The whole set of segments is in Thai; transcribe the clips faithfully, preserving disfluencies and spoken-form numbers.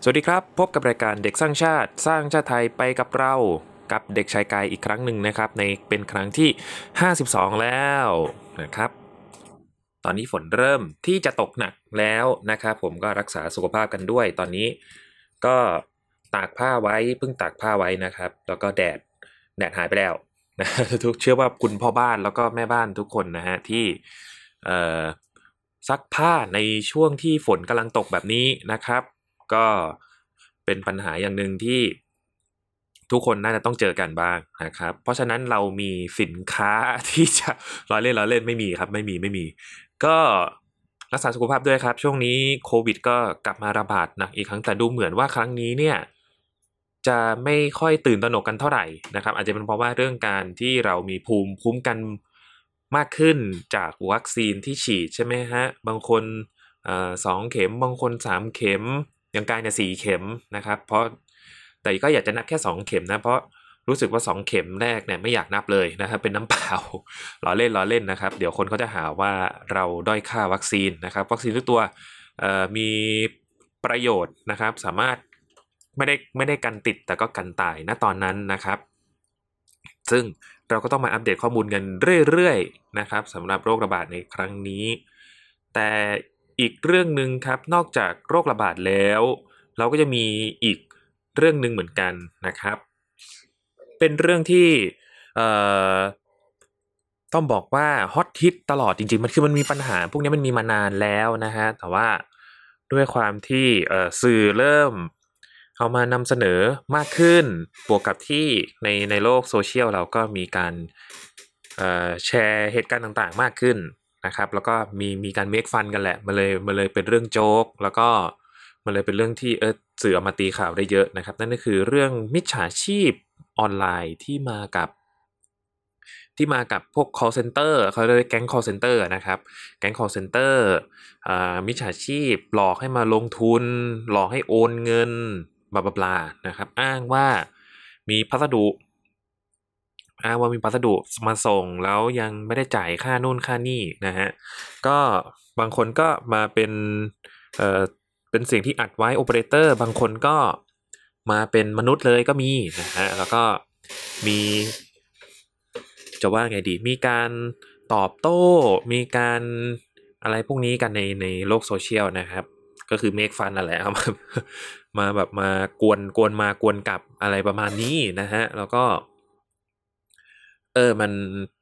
สวัสดีครับพบกับรายการเด็กสร้างชาติสร้างชาติไทยไปกับเรากับเด็กชายกายอีกครั้งหนึ่งนะครับในเป็นครั้งที่ห้าสิบสองแล้วนะครับตอนนี้ฝนเริ่มที่จะตกหนักแล้วนะครับผมก็รักษาสุขภาพกันด้วยตอนนี้ก็ตากผ้าไว้เพิ่งตากผ้าไว้นะครับแล้วก็แดดแดดหายไปแล้วนะทุกเชื่อว่าคุณพ่อบ้านแล้วก็แม่บ้านทุกคนนะฮะที่เอ่อซักผ้าในช่วงที่ฝนกำลังตกแบบนี้นะครับก็เป็นปัญหาอย่างหนึ่งที่ทุกคนน่าจะต้องเจอกันบ้างนะครับเพราะฉะนั้นเรามีสินค้าที่จะล้อเล่นล้อเล่นไม่มีครับไม่มีไม่มีก็รักษาสุขภาพด้วยครับช่วงนี้โควิดก็กลับมาระบาดหนักอีกครั้งแต่ดูเหมือนว่าครั้งนี้เนี่ยจะไม่ค่อยตื่นตระหนกกันเท่าไหร่นะครับอาจจะเป็นเพราะว่าเรื่องการที่เรามีภูมิคุ้มกันมากขึ้นจากวัคซีนที่ฉีดใช่ไหมฮะบางคนเอ่อสองเข็มบางคนสามเข็มอย่างกายเนี่ยสี่เข็มนะครับเพราะแต่ก็อยากจะนับแค่สองเข็มนะเพราะรู้สึกว่าสองเข็มแรกเนี่ยไม่อยากนับเลยนะครับเป็นน้ำเปล่า ล้อเล่นล้อเล่นนะครับเดี๋ยวคนเขาจะหาว่าเราด้อยค่าวัคซีนนะครับวัคซีนทุกตัวมีประโยชน์นะครับสามารถไม่ได้ไม่ได้กันติดแต่ก็กันตายณตอนนั้นนะครับซึ่งเราก็ต้องมาอัปเดตข้อมูลกันเรื่อยๆนะครับสำหรับโรคระบาดในครั้งนี้แต่อีกเรื่องหนึ่งครับนอกจากโรคระบาดแล้วเราก็จะมีอีกเรื่องหนึ่งเหมือนกันนะครับเป็นเรื่องที่เอ่อต้องบอกว่าฮอตฮิตตลอดจริงๆมันคือมันมีปัญหาพวกนี้มันมีมานานแล้วนะฮะแต่ว่าด้วยความที่เอ่อสื่อเริ่มเอามานำเสนอมากขึ้นบวกกับที่ในในโลกโซเชียลเราก็มีการเอ่อแชร์เหตุการณ์ต่างๆมากขึ้นนะครับแล้วก็มีมีการเมคฟันกันแหละมันเลยมันเลยเป็นเรื่องโจ๊กแล้วก็มันเลยเป็นเรื่องที่เออสื่อเอามาตีข่าวได้เยอะนะครับนั่นก็คือเรื่องมิจฉาชีพออนไลน์ที่มากับที่มากับพวก call center เขาเรียกแก๊ง call center นะครับแก๊ง call center อ่ามิจฉาชีพหลอกให้มาลงทุนหลอกให้โอนเงินบลาบลานะครับอ้างว่ามีพัสดุอ้างว่ามีพัสดุมาส่งแล้วยังไม่ได้จ่ายค่านู่นค่านี่นะฮะก็บางคนก็มาเป็นเอ่อเป็นเสียงที่อัดไว้โอเปอเรเตอร์บางคนก็มาเป็นมนุษย์เลยก็มีนะฮะแล้วก็มีจะว่าไงดีมีการตอบโต้มีการอะไรพวกนี้กันในในโลกโซเชียลนะครับก็คือเมคฟันนั่นแหละเอามามาแบบมากวนกวนมากวนกลับอะไรประมาณนี้นะฮะแล้วก็เออมัน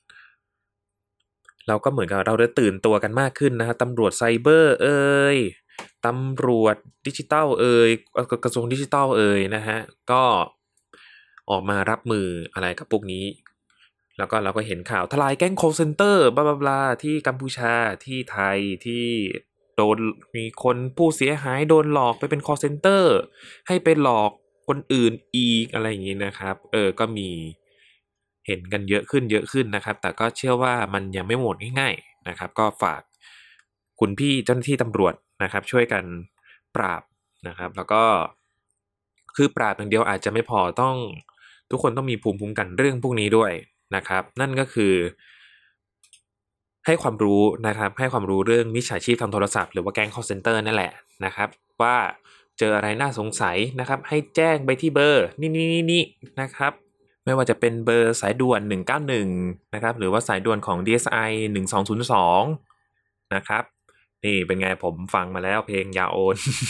เราก็เหมือนกับเราได้ตื่นตัวกันมากขึ้นนะฮะตำรวจไซเบอร์เอ่ยตำรวจดิจิทัลเอ่ยเอ่อกระทรวงดิจิทัลเอ่ยนะฮะก็ออกมารับมืออะไรกับพวกนี้แล้วก็เราก็เห็นข่าวทลายแก๊ง call center บลาบลาบลาที่กัมพูชาที่ไทยที่โดนมีคนผู้เสียหายโดนหลอกไปเป็น call center ให้ไปหลอกคนอื่นอีกอะไรอย่างนี้นะครับเออก็มีเห็นกันเยอะขึ้นเยอะขึ้นนะครับแต่ก็เชื่อว่ามันยังไม่หมดง่ายๆนะครับก็ฝากคุณพี่เจ้าหน้าที่ตำรวจนะครับช่วยกันปราบนะครับแล้วก็คือปราบอย่างเดียวอาจจะไม่พอต้องทุกคนต้องมีภูมิคุ้มกันเรื่องพวกนี้ด้วยนะครับนั่นก็คือให้ความรู้นะครับให้ความรู้เรื่องมิจฉาชีพทางโทรศัพท์หรือว่าแก๊ง call center นั่นแหละนะครับว่าเจออะไรน่าสงสัยนะครับให้แจ้งไปที่เบอร์นี่ๆๆๆนะครับไม่ว่าจะเป็นเบอร์สายด่วนหนึ่งเก้าหนึ่งนะครับหรือว่าสายด่วนของ ดี เอส ไอ หนึ่งสองศูนย์สองนะครับนี่เป็นไงผมฟังมาแล้วเพลงยาโอน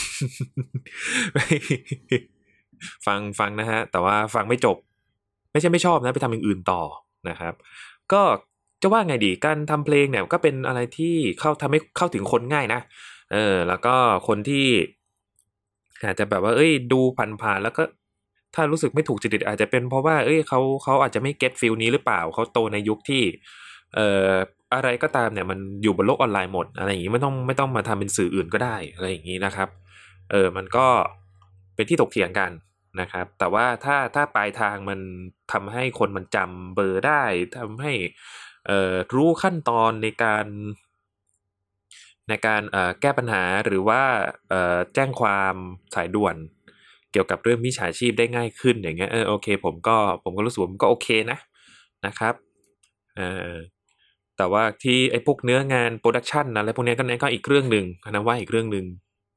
ฟังฟังนะฮะแต่ว่าฟังไม่จบไม่ใช่ไม่ชอบนะไปทำอย่างอื่นต่อนะครับก็จะว่าไงดีการทำเพลงเนี่ยก็เป็นอะไรที่เข้าทำให้เข้าถึงคนง่ายนะเออแล้วก็คนที่อาจจะแบบว่าเอ้ยดูผ่านๆแล้วก็ถ้ารู้สึกไม่ถูกจริตอาจจะเป็นเพราะว่าเอ้ยเขาเขาอาจจะไม่เก็ตฟีลนี้หรือเปล่าเขาโตในยุคที่เอ่ออะไรก็ตามเนี่ยมันอยู่บนโลกออนไลน์หมดอะไรอย่างงี้ไม่ต้องไม่ต้องมาทำเป็นสื่ออื่นก็ได้อะไรอย่างงี้นะครับเออมันก็เป็นที่ถกเถียงกัน นะครับแต่ว่าถ้าถ้าปลายทางมันทำให้คนมันจำเบอร์ได้ทำให้เอ่อรู้ขั้นตอนในการในการเอ่อแก้ปัญหาหรือว่าเอ่อแจ้งความสายด่วนเกี่ยวกับเรื่องมิจฉาชีพได้ง่ายขึ้นอย่างเงี้ยเออโอเคผมก็ผมก็รู้สึกว่ามันก็โอเคนะนะครับเอ่อแต่ว่าที่ไอ้พวกเนื้องานโพรดักชันอะไรพวกเนี้ยก็นั่นก็อีกเรื่องหนึ่งอันนั้นว่าอีกเรื่องหนึ่ง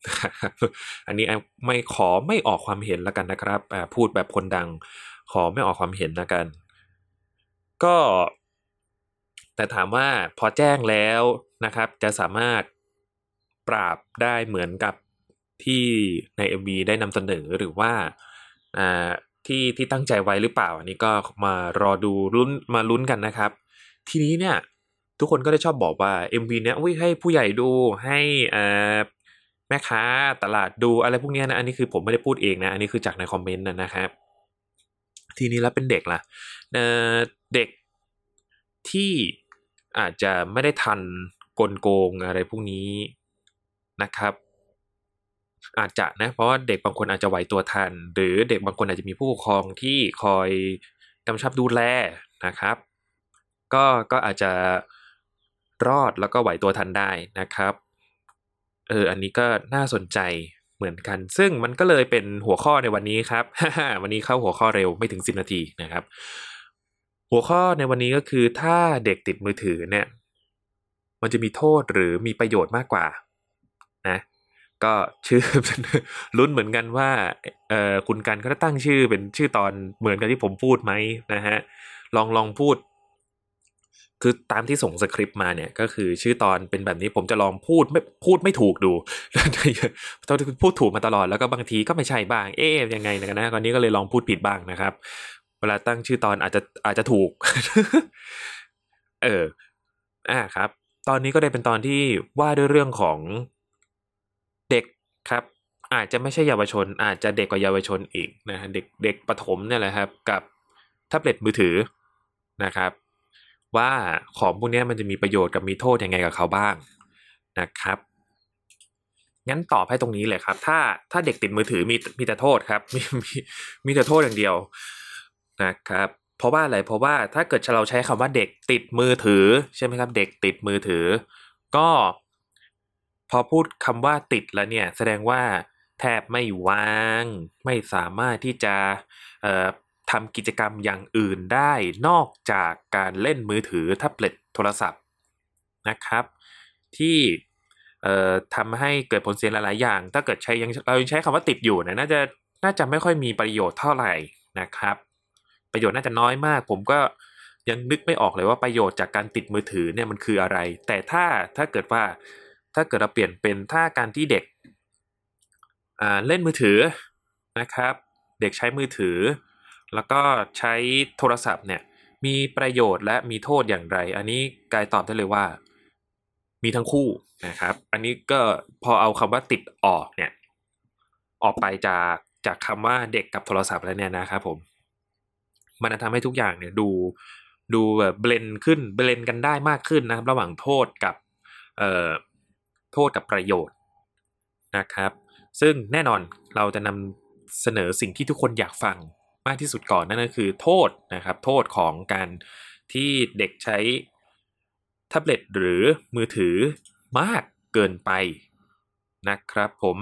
อันนี้ไม่ขอไม่ออกความเห็นแล้วกันนะครับพูดแบบคนดังขอไม่ออกความเห็นแล้วกันก็แต่ถามว่าพอแจ้งแล้วนะครับจะสามารถปราบได้เหมือนกับที่ใน เอ็ม วี ได้นำเสนอหรือว่าอ่าที่ที่ตั้งใจไว้หรือเปล่าอันนี้ก็มารอดูลุ้นมาลุ้นกันนะครับทีนี้เนี่ยทุกคนก็ได้ชอบบอกว่า เอ็ม วี เนี้ยอุ้ยให้ผู้ใหญ่ดูให้อ่าแม่ค้าตลาดดูอะไรพวกนี้นะอันนี้คือผมไม่ได้พูดเองนะอันนี้คือจากในคอมเมนต์นะครับทีนี้แล้วเป็นเด็กล่ะเอ่อเด็กที่อาจจะไม่ได้ทันกลโกงอะไรพวกนี้นะครับอาจจะนะเพราะว่าเด็กบางคนอาจจะไหวตัวทันหรือเด็กบางคนอาจจะมีผู้ปกครองที่คอยกำชับดูแลนะครับก็ก็อาจจะรอดแล้วก็ไหวตัวทันได้นะครับเอออันนี้ก็น่าสนใจเหมือนกันซึ่งมันก็เลยเป็นหัวข้อในวันนี้ครับ วันนี้เข้าหัวข้อเร็วไม่ถึงสิบนาทีนะครับหัวข้อในวันนี้ก็คือถ้าเด็กติดมือถือเนี่ยมันจะมีโทษหรือมีประโยชน์มากกว่านะก็ชื่อ ลุ้นเหมือนกันว่าเอ่อคุณกันก็ตั้งชื่อเป็นชื่อตอนเหมือนกับที่ผมพูดไหมนะฮะลองลองพูดคือตามที่ส่งสคริปต์มาเนี่ยก็คือชื่อตอนเป็นแบบนี้ผมจะลองพูดไม่พูดไม่ถูกดูตอนพูดถูกมาตลอดแล้วก็บางทีก็ไม่ใช่บ้างเอ๊ยยังไงนะนะตอนนี้ก็เลยลองพูดผิดบ้างนะครับเวลาตั้งชื่อตอนอาจจะอาจจะถูก เอออ่าครับตอนนี้ก็ได้เป็นตอนที่ว่าด้วยเรื่องของเด็กครับอาจจะไม่ใช่เยาวชนอาจจะเด็กกว่าเยาวชนอีกนะฮะเด็กเด็กประถมเนี่ยแหละครับกับแท็บเล็ตมือถือนะครับว่าของพวกนี้มันจะมีประโยชน์กับมีโทษยังไงกับเขาบ้างนะครับงั้นตอบให้ตรงนี้เลยครับถ้าถ้าเด็กติดมือถือมีมีแต่โทษครับมีมีมีแต่โทษอย่างเดียวนะครับเพราะว่าอะไรเพราะว่าถ้าเกิดเราใช้คำว่าเด็กติดมือถือใช่ไหมครับเด็กติดมือถือก็พอพูดคำว่าติดแล้วเนี่ยแสดงว่าแทบไม่วางไม่สามารถที่จะเอ่อทำกิจกรรมอย่างอื่นได้นอกจากการเล่นมือถือแท็บเล็ตโทรศัพท์นะครับที่เอ่อทำให้เกิดผลเสียหลายๆอย่างถ้าเกิดใช้ยังเรายังใช้คำว่าติดอยู่นะน่าจะน่าจะไม่ค่อยมีประโยชน์เท่าไหร่นะครับประโยชน์น่าจะน้อยมากผมก็ยังนึกไม่ออกเลยว่าประโยชน์จากการติดมือถือเนี่ยมันคืออะไรแต่ถ้าถ้าเกิดว่าถ้าเกิดเราเปลี่ยนเป็นถ้าการที่เด็กอ่าเล่นมือถือนะครับเด็กใช้มือถือแล้วก็ใช้โทรศัพท์เนี่ยมีประโยชน์และมีโทษอย่างไรอันนี้กายตอบได้เลยว่ามีทั้งคู่นะครับอันนี้ก็พอเอาคำว่าติดออกเนี่ยออกไปจากจากคำว่าเด็กกับโทรศัพท์แล้วเนี่ยนะครับผมมันจะทำให้ทุกอย่างเนี่ยดูดูแบบเบลนขึ้นเบลนกันได้มากขึ้นนะครับระหว่างโทษกับเอ่อโทษกับประโยชน์นะครับซึ่งแน่นอนเราจะนำเสนอสิ่งที่ทุกคนอยากฟังมากที่สุดก่อนนั่นก็คือโทษนะครับโทษของการที่เด็กใช้แท็บเล็ตหรือมือถือมากเกินไปนะครับผม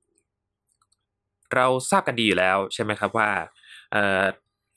เราทราบกันดีอยู่แล้วใช่ไหมครับว่าเอ่อ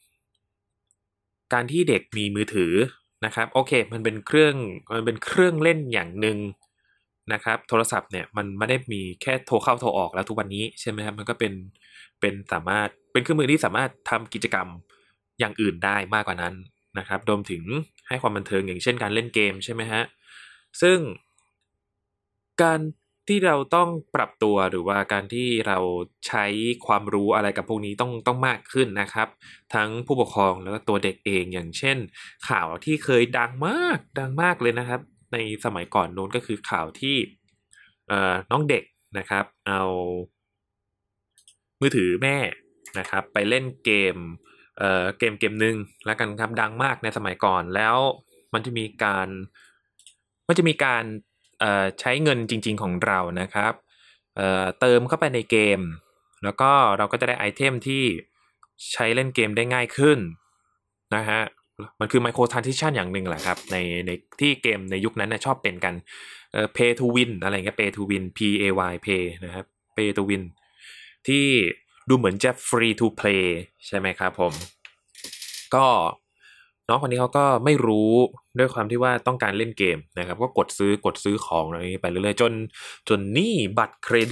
การที่เด็กมีมือถือนะครับโอเคมันเป็นเครื่องมันเป็นเครื่องเล่นอย่างหนึ่งนะครับโทรศัพท์เนี่ยมันไม่ได้มีแค่โทรเข้าโทรออกแล้วทุกวันนี้ใช่ไหมครับมันก็เป็นเป็นสามารถเป็นเครื่องมือที่สามารถทำกิจกรรมอย่างอื่นได้มากกว่านั้นนะครับรวมถึงให้ความบันเทิงอย่างเช่นการเล่นเกมใช่ไหมฮะซึ่งการที่เราต้องปรับตัวหรือว่าการที่เราใช้ความรู้อะไรกับพวกนี้ต้องต้องมากขึ้นนะครับทั้งผู้ปกครองแล้วก็ตัวเด็กเองอย่างเช่นข่าวที่เคยดังมากดังมากเลยนะครับในสมัยก่อนนู้นก็คือข่าวที่เอ่อน้องเด็กนะครับเอามือถือแม่นะครับไปเล่นเกมเอ่อเกมเกมหนึ่งแล้วกันครับดังมากในสมัยก่อนแล้วมันจะมีการมันจะมีการเอ่อใช้เงินจริงๆของเรานะครับเอ่อเติมเข้าไปในเกมแล้วก็เราก็จะได้ไอเทมที่ใช้เล่นเกมได้ง่ายขึ้นนะฮะมันคือ micro transaction อย่างหนึ่งแหละครับในในที่เกมในยุคนั้นนะชอบเป็นกันเอ่อ pay to win อะไรเงี้ย pay to win P A Y pay นะครับ pay to win ที่ดูเหมือนจะ free to play ใช่ไหมครับผมก็น้องคนนี้เขาก็ไม่รู้ด้วยความที่ว่าต้องการเล่นเกมนะครับก็กดซื้อกดซื้อของอะไรไปเรื่อยๆจนจนหนี้บัตรเครดิต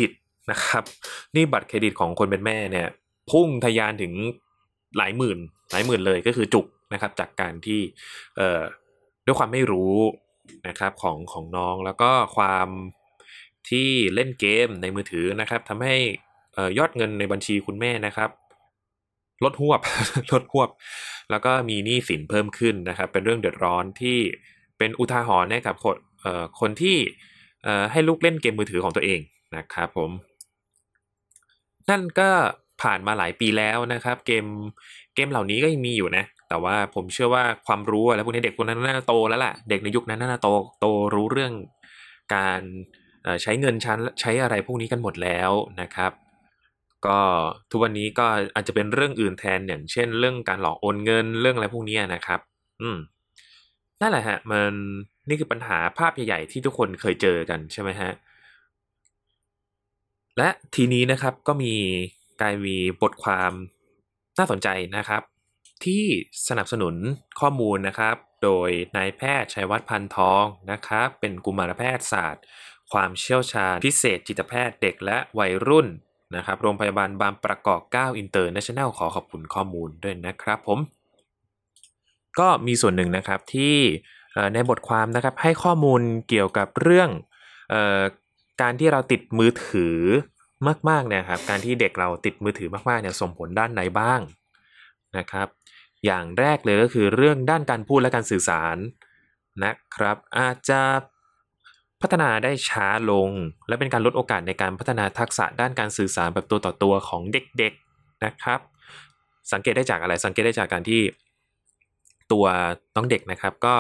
นะครับนี่บัตรเครดิตของคนเป็นแม่เนี่ยพุ่งทะยานถึงหลายหมื่นหลายหมื่นเลยก็คือจุกนะครับจากการที่เอ่อด้วยความไม่รู้นะครับของของน้องแล้วก็ความที่เล่นเกมในมือถือนะครับทำให้เอ่อยอดเงินในบัญชีคุณแม่นะครับลดหวบ ลดหวบแล้วก็มีหนี้สินเพิ่มขึ้นนะครับเป็นเรื่องเดือดร้อนที่เป็นอุทาหรณ์ให้กับคนเอ่อคนที่เอ่อให้ลูกเล่นเกมมือถือของตัวเองนะครับผมนั่นก็ผ่านมาหลายปีแล้วนะครับเกมเกมเหล่านี้ก็ยังมีอยู่นะแต่ว่าผมเชื่อว่าความรู้อะไรพวกนี้เด็กพวกนั้นน่าจะโตแล้วล่ะเด็กในยุคนั้นน่าจะโตโตรู้เรื่องการเอ่อใช้เงินชั้นใช้อะไรพวกนี้กันหมดแล้วนะครับก็ทุกวันนี้ก็อาจจะเป็นเรื่องอื่นแทนอย่างเช่นเรื่องการหลอกโอนเงินเรื่องอะไรพวกนี้นะครับอืมนั่นแหละฮะมันนี่คือปัญหาภาพใหญ่ๆที่ทุกคนเคยเจอกันใช่ไหมฮะ และทีนี้นะครับก็มีกลายมีบทความน่าสนใจนะครับที่สนับสนุนข้อมูลนะครับโดยนายแพทย์ชัยวัฒน์พันทองนะครับเป็นกุมารแพทยศาสตร์ความเชี่ยวชาญพิเศษจิตแพทย์เด็กและวัยรุ่นนะครับโรงพยาบาลบางประกอบเก้าอินเตอร์เนชั่นแนลขอขอบคุณข้อมูลด้วยนะครับผมก็มีส่วนหนึ่งนะครับที่เอ่อในบทความนะครับให้ข้อมูลเกี่ยวกับเรื่องเอ่อการที่เราติดมือถือมากๆเนี่ยครับการที่เด็กเราติดมือถือมากๆเนี่ยส่งผลด้านไหนบ้างนะครับอย่างแรกเลยก็คือเรื่องด้านการพูดและการสื่อสารนะครับอาจจะพัฒนาได้ช้าลงและเป็นการลดโอกาสในการพัฒนาทักษะด้านการสื่อสารแบบตัวต่อตัวของเด็กๆนะครับสังเกตได้จากอะไรสังเกตได้จากการที่ตัวน้องเด็กนะครับก็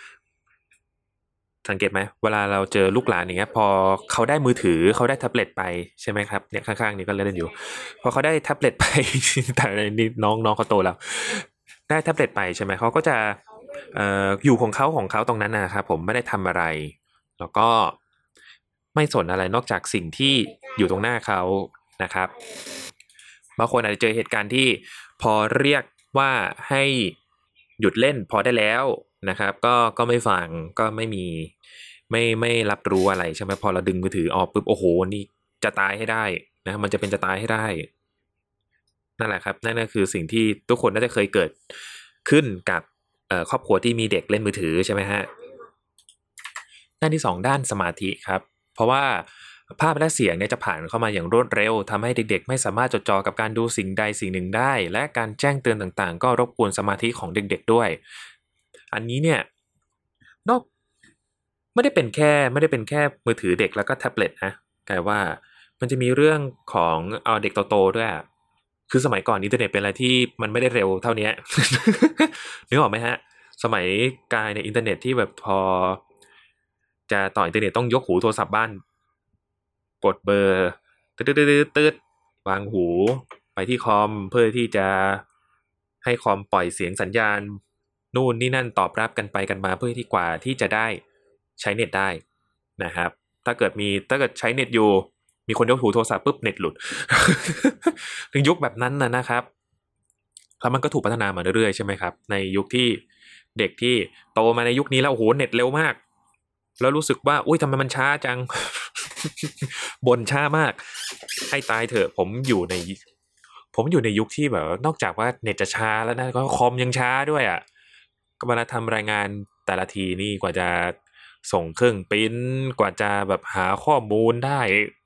สังเกตไหมเวลาเราเจอลูกหลานอย่างเงี้ยพอเขาได้มือถือเขาได้แท็บเล็ตไปใช่ไหมครับเนี่ยข้างๆนี่ก็เล่นอยู่พอเขาได้แท็บเล็ตไป แต่นี่น้องน้องเขาโตแล้วได้แท็บเล็ตไปใช่ไหมเขาก็จะเอ่ออยู่ของเขาของเขาตรงนั้นนะครับผมไม่ได้ทำอะไรแล้วก็ไม่สนอะไรนอกจากสิ่งที่อยู่ตรงหน้าเขานะครับบางคนอาจจะเจอเหตุการณ์ที่พอเรียกว่าให้หยุดเล่นพอได้แล้วนะครับก็ก็ไม่ฟังก็ไม่มีไม่ไม่รับรู้อะไรใช่ไหมพอเราดึงมือถือออกปุ๊บโอ้โหนี่จะตายให้ได้นะมันจะเป็นจะตายให้ได้นั่นแหละครับนั่นก็คือสิ่งที่ทุกคนน่าจะเคยเกิดขึ้นกับเอ่อครอบครัวที่มีเด็กเล่นมือถือใช่ไหมฮะด้านที่สองด้านสมาธิครับเพราะว่าภาพและเสียงเนี่ยจะผ่านเข้ามาอย่างรวดเร็วทำให้เด็กๆไม่สามารถจดจ่อกับการดูสิ่งใดสิ่งหนึ่งได้และการแจ้งเตือนต่างๆก็รบกวนสมาธิของเด็กๆด้วยอันนี้เนี่ยนอกไม่ได้เป็นแค่ไม่ได้เป็นแค่มือถือเด็กแล้วก็แท็บเล็ตนะกลายว่ามันจะมีเรื่องของเอาเด็กโตๆด้วยอะคือสมัยก่อนอินเทอร์เน็ตเป็นอะไรที่มันไม่ได้เร็วเท่านี้ นึกออกไหมฮะสมัยกายในอินเทอร์เน็ตที่แบบพอจะต่ออินเทอร์เน็ตต้องยกหูโทรศัพท์บ้านกดเบอร์ตืดตืดตืดวางหูไปที่คอมเพื่อที่จะให้คอมปล่อยเสียงสัญญาณนู่นนี่นั่นตอบรับกันไปกันมาเพื่อที่กว่าที่จะได้ใช้เน็ตได้นะครับถ้าเกิดมีถ้าเกิดใช้เน็ตอยู่มีคนยกหูโทรศัพท์ปุ๊บเน็ตหลุด ถึงยุคแบบนั้นนะนะครับแล้วมันก็ถูกพัฒนามาเรื่อยๆใช่ไหมครับในยุคที่เด็กที่โตมาในยุคนี้แล้วโอ้โหเน็ตเร็วมากแล้วรู้สึกว่าอุ้ยทำไมมันช้าจัง บ่นช้ามากให้ตายเถอะผมอยู่ในผมอยู่ในยุคที่แบบนอกจากว่าเน็ตจะช้าแล้วนะก็คอมยังช้าด้วยอ่ะก็เวลาทำรายงานแต่ละทีนี่กว่าจะส่งเครื่องปริ้นกว่าจะแบบหาข้อมูลได้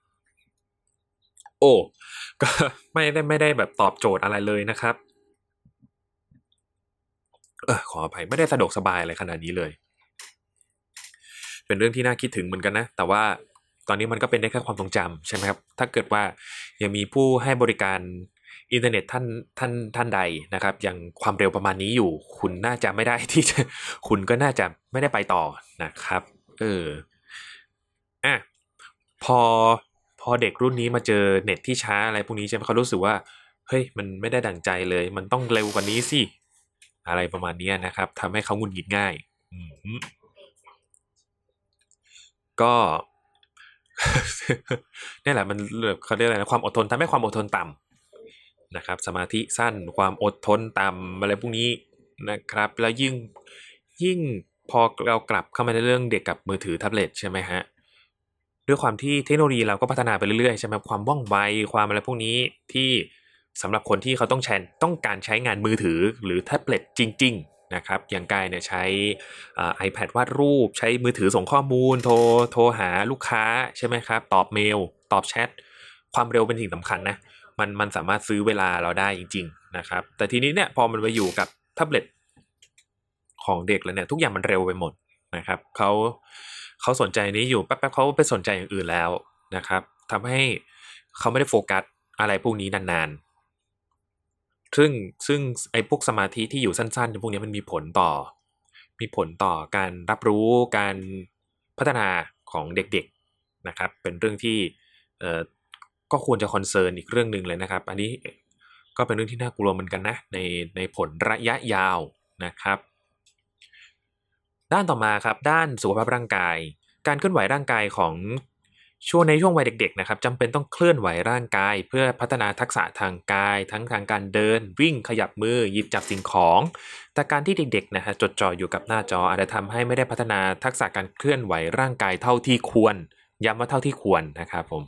โอ้ก็ไม่ได้ไม่ได้แบบตอบโจทย์อะไรเลยนะครับเออขออภัยไม่ได้สะดวกสบายอะไรขนาดนี้เลยเป็นเรื่องที่น่าคิดถึงเหมือนกันนะแต่ว่าตอนนี้มันก็เป็นได้แค่ความทรงจำใช่ไหมครับถ้าเกิดว่ายังมีผู้ให้บริการอินเทอร์เน็ตท่านท่านท่านใดนะครับยังความเร็วประมาณนี้อยู่คุณน่าจะไม่ได้ที่จะคุณก็น่าจะไม่ได้ไปต่อนะครับเอออ่ะพอพอเด็กรุ่นนี้มาเจอเน็ตที่ช้าอะไรพวกนี้ใช่ไหมเขารู้สึกว่าเฮ้ยมันไม่ได้ดั่งใจเลยมันต้องเร็วกว่านี้สิอะไรประมาณนี้นะครับทำให้เขาหงุดหงิดง่ายอืมก็ นี่แหละมันเขาเรียกอะไรนะความอดทนทำให้ความอดทนต่ำนะครับสมาธิสั้นความอดทนต่ำอะไรพวกนี้นะครับแล้วยิ่งยิ่งพอเรากลับเข้ามาในเรื่องเด็กกับมือถือแท็บเล็ตใช่ไหมฮะด้วยความที่เทคโนโลยีเราก็พัฒนาไปเรื่อยๆใช่ไหมความว่องไวความอะไรพวกนี้ที่สำหรับคนที่เขาต้องใช้ต้องการใช้งานมือถือหรือแท็บเล็ตจริงๆนะครับอย่างกายเนี่ยใช้อ่า iPad วาดรูปใช้มือถือส่งข้อมูลโทรโทรหาลูกค้าใช่ไหมครับตอบเมลตอบแชทความเร็วเป็นสิ่งสำคัญนะมันมันสามารถซื้อเวลาเราได้จริงๆนะครับแต่ทีนี้เนี่ยพอมันไปอยู่กับแท็บเล็ตของเด็กแล้วเนี่ยทุกอย่างมันเร็วไปหมดนะครับเขาเขาสนใจนี้อยู่แป๊บๆเขาไปสนใจอย่างอื่นแล้วนะครับทำให้เขาไม่ได้โฟกัสอะไรพวกนี้นานๆซึ่งซึ่งไอ้พวกสมาธิที่อยู่สั้นๆพวกนี้มันมีผลต่อมีผลต่อการรับรู้การพัฒนาของเด็กๆนะครับเป็นเรื่องที่เอ่อก็ควรจะคอนเซิร์นอีกเรื่องหนึ่งเลยนะครับอันนี้ก็เป็นเรื่องที่น่ากลัวเหมือนกันนะในในผลระยะยาวนะครับ ด้านต่อมาครับด้านสุขภาพร่างกายการเคลื่อนไหวร่างกายของช่วงในช่วงวัยเด็กๆนะครับจำเป็นต้องเคลื่อนไหวร่างกายเพื่อพัฒนาทักษะทางกายทั้งทางการเดินวิ่งขยับมือหยิบจับสิ่งของแต่การที่เด็กๆนะฮะจดจ่ออยู่กับหน้าจออาจจะทำให้ไม่ได้พัฒนาทักษะการเคลื่อนไหวร่างกายเท่าที่ควรย้ำว่าเท่าที่ควรนะครับผม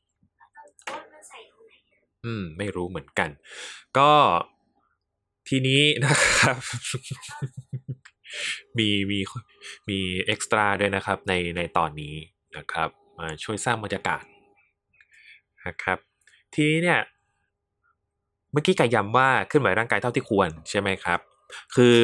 อืมไม่รู้เหมือนกันก็ทีนี้นะครับ มีมีมีเอ็กซ์ตร้าด้วยนะครับในในตอนนี้นะครับมาช่วยสร้างบรรยากาศนะครับทีนี้เนี่ยเมื่อกี้กายย้ำว่าเคลื่อนไหวร่างกายเท่าที่ควรใช่ไหมครับคือ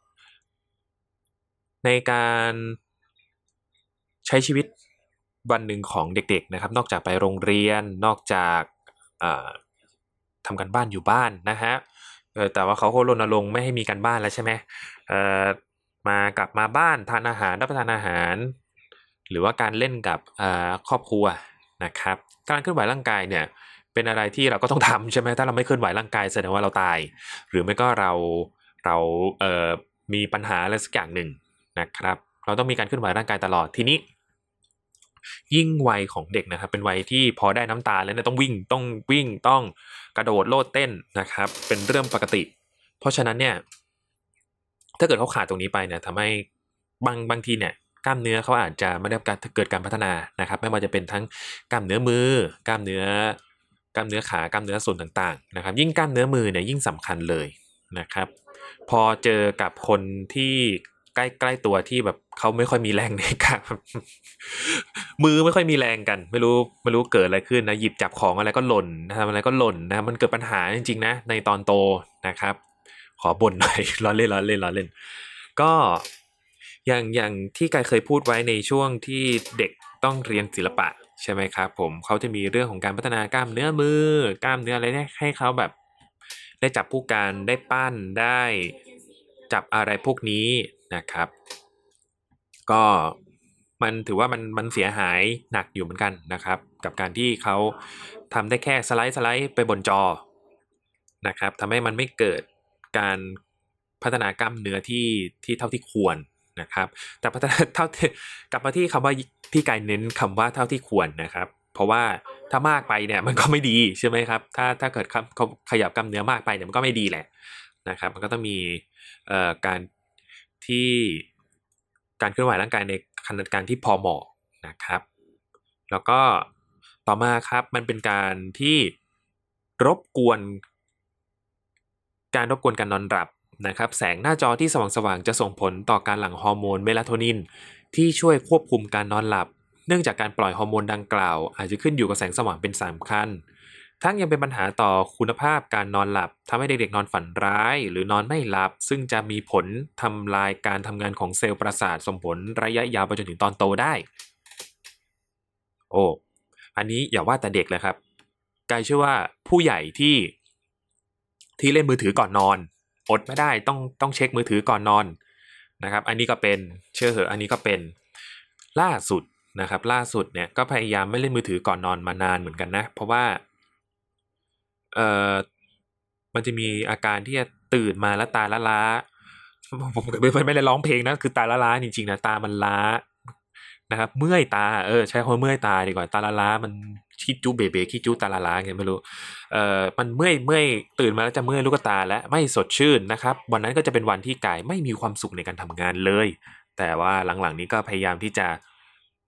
ในการใช้ชีวิตวันหนึ่งของเด็กๆนะครับนอกจากไปโรงเรียนนอกจากทำการบ้านอยู่บ้านนะฮะแต่ว่าเขาก็รณรงค์ไม่ให้มีการบ้านแล้วใช่ไหมเอ่อมากลับมาบ้านทานอาหารรับประทานอาหารหรือว่าการเล่นกับครอบครัวนะครับการเคลื่อนไหวร่างกายเนี่ยเป็นอะไรที่เราก็ต้องทำใช่ไหมถ้าเราไม่เคลื่อนไหวร่างกายแสดงว่าเราตายหรือไม่ก็เราเราเอ่อมีปัญหาอะไรสักอย่างหนึ่งนะครับเราต้องมีการเคลื่อนไหวร่างกายตลอดทีนี้ยิ่งวัยของเด็กนะครับเป็นวัยที่พอได้น้ำตาแล้วเนี่ยต้องวิ่งต้องวิ่งต้องกระโดดโลดเต้นนะครับเป็นเรื่องปกติเพราะฉะนั้นเนี่ยถ้าเกิดเขาขาดตรงนี้ไปเนี่ยทำให้บางบางทีเนี่ยกล้ามเนื้อเขาอาจจะไม่ได้การเกิดการพัฒนานะครับไม่ว่าจะเป็นทั้งกล้ามเนื้อมือกล้ามเนื้อกล้ามเนื้อขากล้ามเนื้อส่วนต่างๆนะครับยิ่งกล้ามเนื้อมือเนี่ยยิ่งสำคัญเลยนะครับพอเจอกับคนที่ใกล้ใกล้ตัวที่แบบเขาไม่ค่อยมีแรงในการมือไม่ค่อยมีแรงกันไม่รู้ไม่รู้เกิดอะไรขึ้นนะหยิบจับของอะไรก็หล่นทำอะไรก็หล่นนะมันเกิดปัญหาจริงๆนะในตอนโตนะครับขอบ่นหน่อยล้อเล่นล้อเล่นล้อเล่นก็อย่างอย่างที่กายเคยพูดไว้ในช่วงที่เด็กต้องเรียนศิลปะใช่ไหมครับผมเขาจะมีเรื่องของการพัฒนากล้ามเนื้อมือกล้ามเนื้ออะไรเนี่ยให้เขาแบบได้จับผู้การได้ปั้นได้จับอะไรพวกนี้นะครับก็มันถือว่ามันมันเสียหายหนักอยู่เหมือนกันนะครับกับการที่เขาทำได้แค่สไลด์สไลด์ไปบนจอนะครับทำให้มันไม่เกิดการพัฒนากล้ามเนื้อที่ที่เท่าที่ควรนะครับแต่พัฒนาเท่ากลับมาที่คำว่าที่กายเน้นคำว่าเท่าที่ควรนะครับเพราะว่าถ้ามากไปเนี่ยมันก็ไม่ดีใช่ไหมครับถ้าถ้าเกิดเขาขยับกล้ามเนื้อมากไปเนี่ยมันก็ไม่ดีแหละนะครับมันก็ต้องมีเอ่อการที่การเคลื่อนไหวร่างกายในขนาดการที่พอเหมาะนะครับแล้วก็ต่อมาครับมันเป็นการที่รบกวนการรบกวนการนอนหลับนะครับแสงหน้าจอที่สว่างๆจะส่งผลต่อการหลั่งฮอร์โมนเมลาโทนินที่ช่วยควบคุมการนอนหลับเนื่องจากการปล่อยฮอร์โมนดังกล่าวอาจจะขึ้นอยู่กับแสงสว่างเป็นสำคัญทั้งยังเป็นปัญหาต่อคุณภาพการนอนหลับทำให้เด็กๆนอนฝันร้ายหรือนอนไม่หลับซึ่งจะมีผลทำลายการทำงานของเซลล์ประสาทส่งผลระยะยาวไปจนถึงตอนโตได้โอ้อันนี้อย่าว่าแต่เด็กเลยครับกายเชื่อว่าผู้ใหญ่ที่ที่เล่นมือถือก่อนนอนอดไม่ได้ต้องต้องเช็คมือถือก่อนนอนนะครับอันนี้ก็เป็นเชื่อเหอะอันนี้ก็เป็นล่าสุดนะครับล่าสุดเนี่ยก็พยายามไม่เล่นมือถือก่อนนอนมานานเหมือนกันนะเพราะว่าเอ่อมันจะมีอาการที่จะตื่นมาแล้วตาล้าๆผมไม่ไม่ได้ร้องเพลงนะคือตาล้าๆจริงๆนะตามันล้านะครับเมื่อยตาเออใช้คำว่าเมื่อยตาดีกว่าตาล้าๆมันขี้จู้เบ๋ๆขี้จู้ตาล้าๆไงไม่รู้เอ่อมันเมื่อยเมื่อยตื่นมาแล้วจะเมื่อยลูกตาและไม่สดชื่นนะครับวันนั้นก็จะเป็นวันที่กายไม่มีความสุขในการทำงานเลยแต่ว่าหลังๆนี้ก็พยายามที่จะ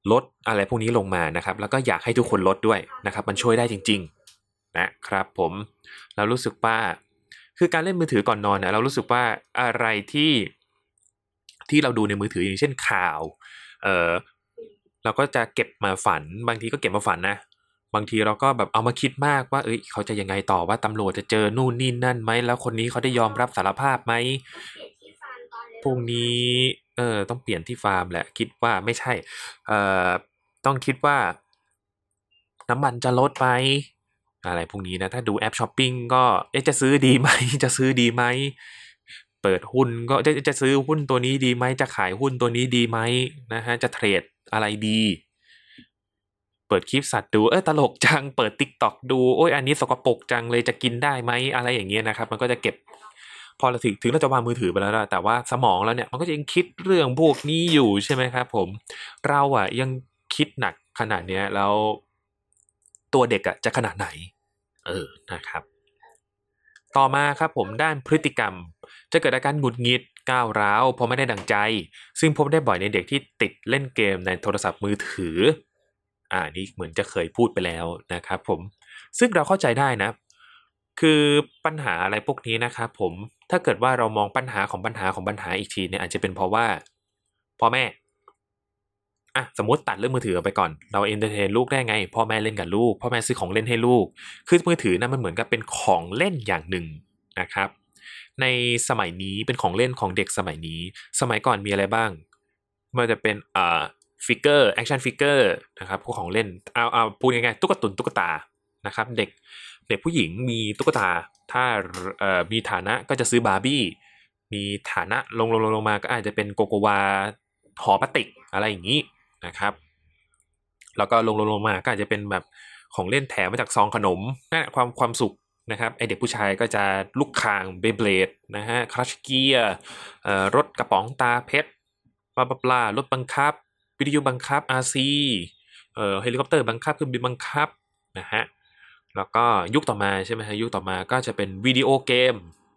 ลดอะไรพวกนี้ลงมานะครับแล้วก็อยากให้ทุกคนลดด้วยนะครับมันช่วยได้จริงๆนะครับผมเรารู้สึกว่าคือการเล่นมือถือก่อนนอนนะเรารู้สึกว่าอะไรที่ที่เราดูในมือถืออย่างเช่นข่าวเออเราก็จะเก็บมาฝันบางทีก็เก็บมาฝันนะบางทีเราก็แบบเอามาคิดมากว่าเอ้ยเขาจะยังไงต่อว่าตำรวจจะเจอนู่นนี่นั่นไหมแล้วคนนี้เขาได้ยอมรับสารภาพไหมพรุ่งนี้เออต้องเปลี่ยนที่ฟาร์มแหละคิดว่าไม่ใช่เอ่อต้องคิดว่าน้ำมันจะลดไหมอะไรพวกนี้นะถ้าดูแอปช้อปปิ้งก็เอ๊ะจะซื้อดีไหม จะซื้อดีไหมเปิดหุ้นก็จะจะซื้อหุ้นตัวนี้ดีไหมจะขายหุ้นตัวนี้ดีไหมนะฮะจะเทรดอะไรดีเปิดคลิปสัตว์ดูเออตลกจังเปิด TikTok ดูโอ้ยอันนี้สกปรกจังเลยจะกินได้ไหมอะไรอย่างเงี้ยนะครับมันก็จะเก็บพอเราถึงถึงเราจะวางมือถือไปแล้วนะแต่ว่าสมองเราเนี่ยมันก็จะยังคิดเรื่องพวกนี้อยู่ใช่ไหมครับผมเราอ่ะยังคิดหนักขนาดเนี้ยแล้วตัวเด็กอ่ะจะขนาดไหนเออนะครับต่อมาครับผมด้านพฤติกรรมจะเกิดอาการหงุดหงิดก้าวร้าวเพราะไม่ได้ดังใจซึ่งพบได้บ่อยในเด็กที่ติดเล่นเกมในโทรศัพท์มือถืออ่านี่เหมือนจะเคยพูดไปแล้วนะครับผมซึ่งเราเข้าใจได้นะคือปัญหาอะไรพวกนี้นะครับผมถ้าเกิดว่าเรามองปัญหาของปัญหาของปัญหาอีกทีเนี่ยอาจจะเป็นเพราะว่าพ่อแม่อ่ะสมมติตัดเรื่องมือถือออกไปก่อนเราเอนเตอร์เทนลูกได้ไงพ่อแม่เล่นกับลูกพ่อแม่ซื้อของเล่นให้ลูกคือมือถือนะมันเหมือนกับเป็นของเล่นอย่างหนึ่งนะครับในสมัยนี้เป็นของเล่นของเด็กสมัยนี้สมัยก่อนมีอะไรบ้างมันจะเป็นอ่าฟิกเกอร์แอคชั่นฟิกเกอร์นะครับพวกของเล่นเอาเอาพูดง่ายๆตุ๊กตุนตุ๊กตานะครับเด็กเด็กผู้หญิงมีตุ๊กตาถ้าเอ่อมีฐานะก็จะซื้อบาร์บี้มีฐานะลงลงลงลงมาก็อาจจะเป็นโกโกวาหอพลาสติกอะไรอย่างนี้นะครับแล้วก็ลงลงลงมาก็อาจจะเป็นแบบของเล่นแถมมาจากซองขนมนั่นความความสุขนะครับไอเด็กผู้ชายก็จะลูกคางเบเบลดนะฮะคลัชเกียร์เอ่อรถกระป๋องตาเพชรบลาบลาบลารถบังคับวิทยุบังคับ อาร์ ซี เอ่อเฮลิคอปเตอร์บังคับเครื่องบินบังคับนะฮะแล้วก็ยุคต่อมาใช่ไหมฮะยุคต่อมาก็จะเป็นวิดีโอเกม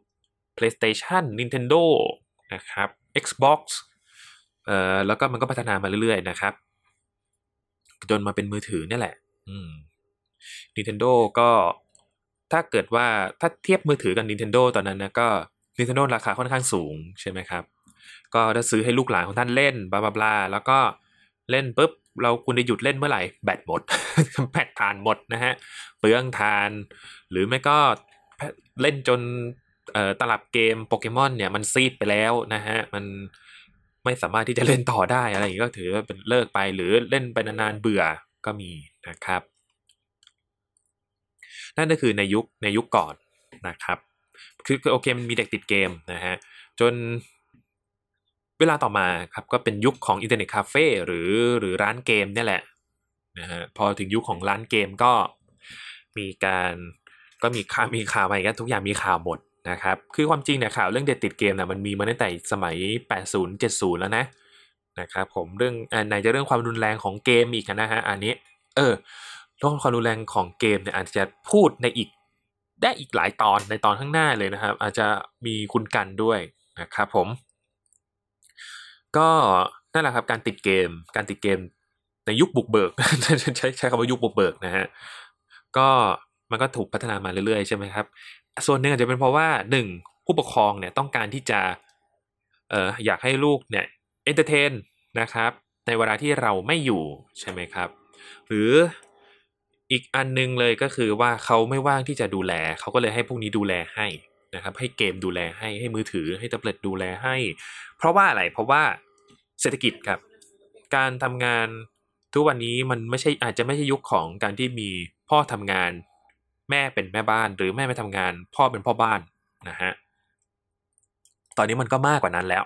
PlayStation Nintendo นะครับ Xbox เอ่อแล้วก็มันก็พัฒนามาเรื่อยๆนะครับจนมาเป็นมือถือเนี่ยแหละอืม Nintendo ก็ถ้าเกิดว่าถ้าเทียบมือถือกับ Nintendo ตอนนั้นนะก็ Nintendo ราคาค่อนข้างสูงใช่ไหมครับก็ถ้าซื้อให้ลูกหลานของท่านเล่นบลาบลาบลาแล้วก็เล่นปุ๊บเราคุณจะหยุดเล่นเมื่อไหร่แบตหมด แบตทานหมดนะฮะเปลืองทานหรือไม่ก็เล่นจนเอ่อตลับเกมโปเกมอนเนี่ยมันซีดไปแล้วนะฮะมันไม่สามารถที่จะเล่นต่อได้อะไรอย่างนี้ก็ถือว่าเป็นเลิกไปหรือเล่นไปนานๆเบื่อก็มีนะครับนั่นก็คือในยุคในยุคก่อนนะครับคือคือโอเคมันมีเด็กติดเกมนะฮะจนเวลาต่อมาครับก็เป็นยุคของอินเทอร์เน็ตคาเฟ่หรือหรือร้านเกมเนี่ยแหละนะฮะพอถึงยุคของร้านเกมก็มีการก็มีข่าวมีข่าวมาอีกแล้วทุกอย่างมีข่าวหมดนะครับคือความจริงเนี่ยข่าวเรื่องเด็กติดเกมเนี่ยมันมีมาตั้งแต่สมัยแปดสิบ เจ็ดสิบแล้วนะนะครับผมเรื่องอ่าไหนจะเรื่องความรุนแรงของเกมอีกนะฮะอันนี้เออเรื่องความรุนแรงของเกมเนี่ยอาจจะพูดในอีกได้อีกหลายตอนในตอนข้างหน้าเลยนะครับอาจจะมีคุณกันด้วยนะครับผม ก็นั่นแหละครับการติดเกมการติดเกมในยุคบุกเบิก ใช้ใช้คำว่ายุคบุกเบิกนะฮะก็มันก็ถูกพัฒนามาเรื่อยๆใช่ไหมครับส่วนหนึ่งอาจจะเป็นเพราะว่าหนึ่งผู้ปกครองเนี่ยต้องการที่จะเอ่ออยากให้ลูกเนี่ยเอนเตอร์เทนนะครับในเวลาที่เราไม่อยู่ใช่ไหมครับหรืออีกอันนึงเลยก็คือว่าเขาไม่ว่างที่จะดูแลเขาก็เลยให้พวกนี้ดูแลให้นะครับให้เกมดูแลให้ให้มือถือให้แท็บเล็ตดูแลให้ เพราะว่าอะไร เพราะว่าเศรษฐกิจครับ การทำงานทุกวันนี้มันไม่ใช่อาจจะไม่ใช่ยุคของการที่มีพ่อทำงานแม่เป็นแม่บ้านหรือแม่ไม่ทำงานพ่อเป็นพ่อบ้านนะฮะตอนนี้มันก็มากกว่านั้นแล้ว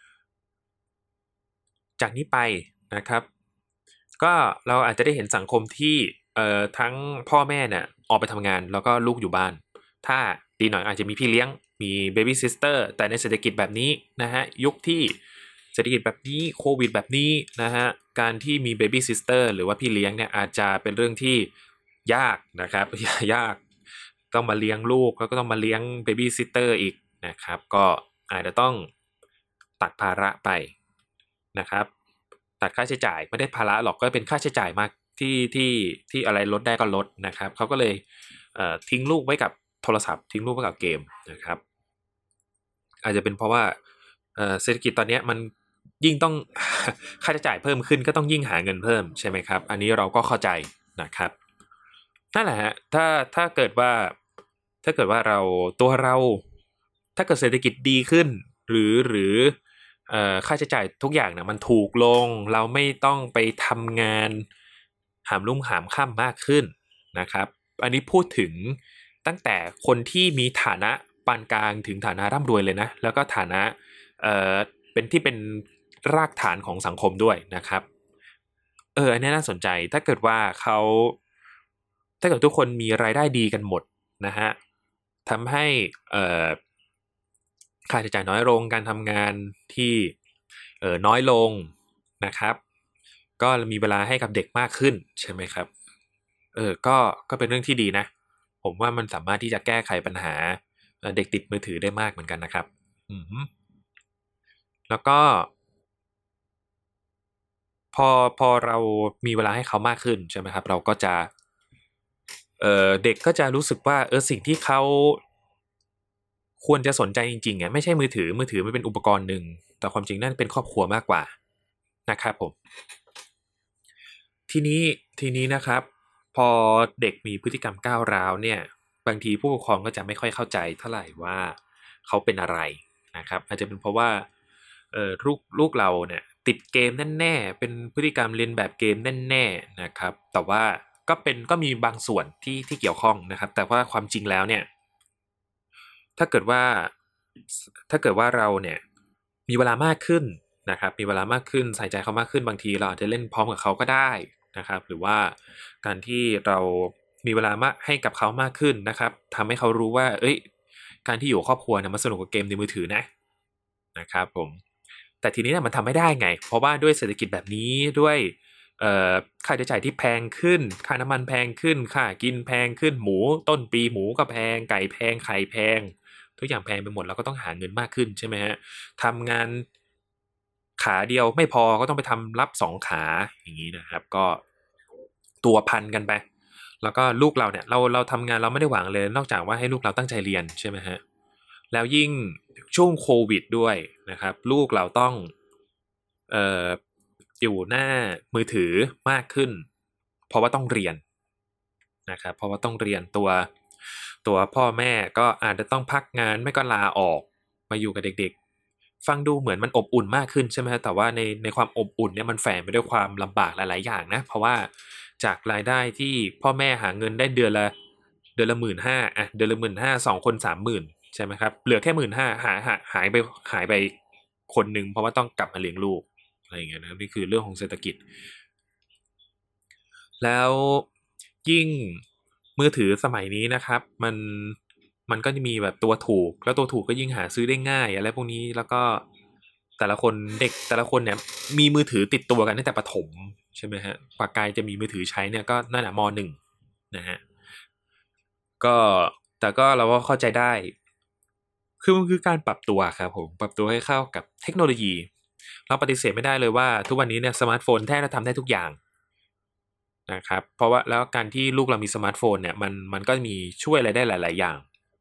จากนี้ไปนะครับก็เราอาจจะได้เห็นสังคมที่เอ่อทั้งพ่อแม่เนี่ยออกไปทำงานแล้วก็ลูกอยู่บ้านถ้าดีหน่อยอาจจะมีพี่เลี้ยงมีเบบี้ซิสเตอร์แต่ในเศรษฐกิจแบบนี้นะฮะยุคที่เศรษฐกิจแบบนี้โควิดแบบนี้นะฮะการที่มีเบบี้ซิสเตอร์หรือว่าพี่เลี้ยงเนี่ยอาจจะเป็นเรื่องที่ยากนะครับ ยากต้องมาเลี้ยงลูกแล้วก็ต้องมาเลี้ยงเบบี้ซิสเตอร์อีกนะครับก็อาจจะต้องตัดภาระไป นะครับตัดค่าใช้จ่ายไม่ได้ภาระหรอกก็เป็นค่าใช้จ่ายมากที่ที่ที่อะไรลดได้ก็ลดนะครับเขาก็เลยเอ่อทิ้งลูกไว้กับโทรศัพท์ทิ้งลูกไว้กับเกมนะครับอาจจะเป็นเพราะว่าเอ่อเศรษฐกิจตอนนี้มันยิ่งต้อง ค่าใช้จ่ายเพิ่มขึ้นก็ต้องยิ่งหาเงินเพิ่มใช่ไหมครับอันนี้เราก็เข้าใจนะครับนั่นแหละฮะถ้าถ้าเกิดว่าถ้าเกิดว่าเราตัวเราถ้าเกิดเศรษฐกิจดีขึ้นหรือหรือเอ่อค่าใช้จ่ายทุกอย่างเนี่ยมันถูกลงเราไม่ต้องไปทำงานหามรุ่งหามค่ำมากขึ้นนะครับอันนี้พูดถึงตั้งแต่คนที่มีฐานะปานกลางถึงฐานะร่ำรวยเลยนะแล้วก็ฐานะเอ่อเป็นที่เป็นรากฐานของสังคมด้วยนะครับเอออันนี้น่าสนใจถ้าเกิดว่าเขาถ้าเกิดทุกคนมีรายได้ดีกันหมดนะฮะทำให้เอ่อค่าใช้จ่ายน้อยลงการทำงานที่เอ่อน้อยลงนะครับก็มีเวลาให้กับเด็กมากขึ้นใช่ไหมครับเออก็ก็เป็นเรื่องที่ดีนะผมว่ามันสามารถที่จะแก้ไขปัญหาเอ่อเด็กติดมือถือได้มากเหมือนกันนะครับอืมแล้วก็พอพอเรามีเวลาให้เขามากขึ้นใช่ไหมครับเราก็จะเอ่อเด็กก็จะรู้สึกว่าเออสิ่งที่เขาควรจะสนใจจริงๆอ่ะไม่ใช่มือถือมือถือมันเป็นอุปกรณ์หนึ่งแต่ความจริงนั่นเป็นครอบครัวมากกว่านะครับผมทีนี้ทีนี้นะครับพอเด็กมีพฤติกรรมก้าวร้าวเนี่ยบางทีผู้ปกครองก็จะไม่ค่อยเข้าใจเท่าไหร่ว่าเขาเป็นอะไรนะครับอาจจะเป็นเพราะว่าเออลูกลูกเราเนี่ยติดเกมแน่ๆเป็นพฤติกรรมเรียนแบบเกมแน่ๆนะครับแต่ว่าก็เป็นก็มีบางส่วนที่ที่เกี่ยวข้องนะครับแต่ว่าความจริงแล้วเนี่ย ถ้าเกิดว่าถ้าเกิดว่าเราเนี่ยมีเวลามากขึ้นนะครับมีเวลามากขึ้นใส่ใจเขามากขึ้นบางทีเราอาจจะเล่นพร้อมกับเขาก็ได้นะครับหรือว่าการที่เรามีเวลามากให้กับเขามากขึ้นนะครับทำให้เขารู้ว่าเอ้ยการที่อยู่ครอบครัวเนี่ยมันสนุกกับเกมในมือถือนะนะครับผมแต่ทีนี้เนี่ยมันทำไม่ได้ไงเพราะว่าด้วยเศรษฐกิจแบบนี้ด้วยเอ่อค่าใช้จ่ายที่แพงขึ้นค่าน้ำมันแพงขึ้นค่ากินแพงขึ้นหมูต้นปีหมูก็แพงไก่แพงไข่แพง ทุกอย่างแพงไปหมดเราก็ต้องหาเงินมากขึ้นใช่ไหมฮะทำงานขาเดียวไม่พอก็ต้องไปทำรับสองขาอย่างนี้นะครับก็ตัวพันกันไปแล้วก็ลูกเราเนี่ยเราเราทำงานเราไม่ได้หวังเลยนอกจากว่าให้ลูกเราตั้งใจเรียนใช่ไหมฮะแล้วยิ่งช่วงโควิดด้วยนะครับลูกเราต้องเอ่ออยู่หน้ามือถือมากขึ้นเพราะว่าต้องเรียนนะครับเพราะว่าต้องเรียนตัวตัวพ่อแม่ก็อาจจะต้องพักงานไม่ก็ลาออกมาอยู่กับเด็กๆฟังดูเหมือนมันอบอุ่นมากขึ้นใช่ไหมฮะแต่ว่าในในความอบอุ่นเนี่ยมันแฝงไปด้วยความลำบากหลายๆอย่างนะเพราะว่าจากรายได้ที่พ่อแม่หาเงินได้เดือนละเดือนละหมื่นห้าอ่ะเดือนละหมื่นห้าสองคนสามหมื่นใช่ไหมครับเหลือแค่หมื่นห้าหายหายหายไปหายไปคนหนึ่งเพราะว่าต้องกลับมาเลี้ยงลูกอะไรอย่างเงี้ยนะครับนี่คือเรื่องของเศรษฐกิจ แล้วยิ่งมือถือสมัยนี้นะครับมันมันก็จะมีแบบตัวถูกแล้วตัวถูกก็ยิ่งหาซื้อได้ง่ายอะไรพวกนี้แล้วก็แต่ละคนเด็กแต่ละคนเนี่ยมีมือถือติดตัวกันตั้งแต่ประถมใช่ไหมฮะกว่ากายจะมีมือถือใช้เนี่ยก็นั่นแหละมหนึ่งนะฮะก็แต่ก็เราก็เข้าใจได้คือมันคือการปรับตัวครับผมปรับตัวให้เข้ากับเทคโนโลยีเราปฏิเสธไม่ได้เลยว่าทุกวันนี้เนี่ยสมาร์ทโฟนแทบจะทำได้ทุกอย่าง นะครับเพราะว่าแล้วการที่ลูกเรามีสมาร์ทโฟนเนี่ยมันมันก็มีช่วยอะไรได้หลายๆอย่าง